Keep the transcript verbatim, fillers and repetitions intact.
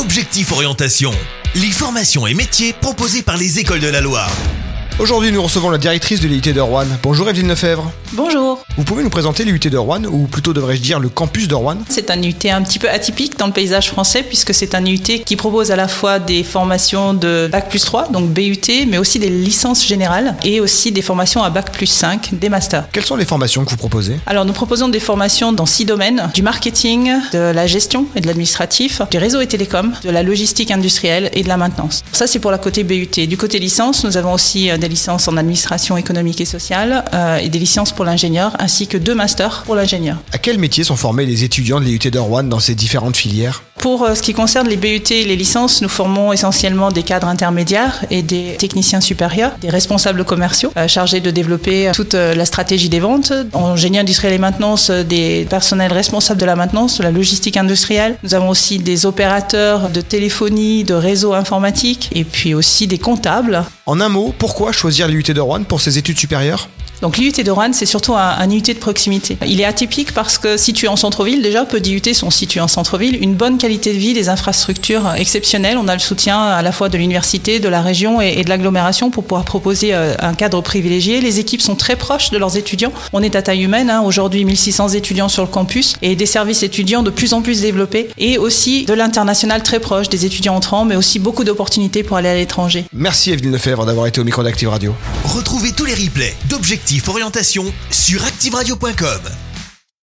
Objectif Orientation, les formations et métiers proposés par les écoles de la Loire. Aujourd'hui, nous recevons la directrice de l'I U T de Roanne. Bonjour Evelyne Lefebvre. Bonjour. Vous pouvez nous présenter l'I U T de Roanne, ou plutôt devrais-je dire le campus de Roanne? C'est un I U T un petit peu atypique dans le paysage français puisque c'est un I U T qui propose à la fois des formations de bac plus trois, donc B U T, mais aussi des licences générales et aussi des formations à bac plus cinq, des masters. Quelles sont les formations que vous proposez? Alors nous proposons des formations dans six domaines, du marketing, de la gestion et de l'administratif, du réseau et télécom, de la logistique industrielle et de la maintenance. Ça c'est pour la côté B U T. Du côté licence, nous avons aussi des licences en administration économique et sociale euh, et des licences pour l'ingénieur ainsi que deux masters pour l'ingénieur. À quels métiers sont formés les étudiants de l'I U T de Roanne dans ces différentes filières? Pour euh, ce qui concerne les B U T et les licences, nous formons essentiellement des cadres intermédiaires et des techniciens supérieurs, des responsables commerciaux euh, chargés de développer toute euh, la stratégie des ventes, en génie industriel et maintenance, euh, des personnels responsables de la maintenance, de la logistique industrielle. Nous avons aussi des opérateurs de téléphonie, de réseau informatique et puis aussi des comptables. En un mot, pourquoi choisir l'I U T de Roanne pour ses études supérieures? Donc l'I U T de Roanne, c'est surtout un, un I U T de proximité. Il est atypique parce que situé en centre-ville, déjà peu d'I U T sont situés en centre-ville, une bonne qualité de vie, des infrastructures exceptionnelles. On a le soutien à la fois de l'université, de la région et, et de l'agglomération pour pouvoir proposer euh, un cadre privilégié. Les équipes sont très proches de leurs étudiants. On est à taille humaine, hein, aujourd'hui mille six cents étudiants sur le campus et des services étudiants de plus en plus développés et aussi de l'international très proche, des étudiants entrants, mais aussi beaucoup d'opportunités pour aller à l'étranger. Merci Evelyne Lefebvre d'avoir été au micro d'Active Radio. Retrouvez tous les replays d'Objectif Orientation sur active radio point com.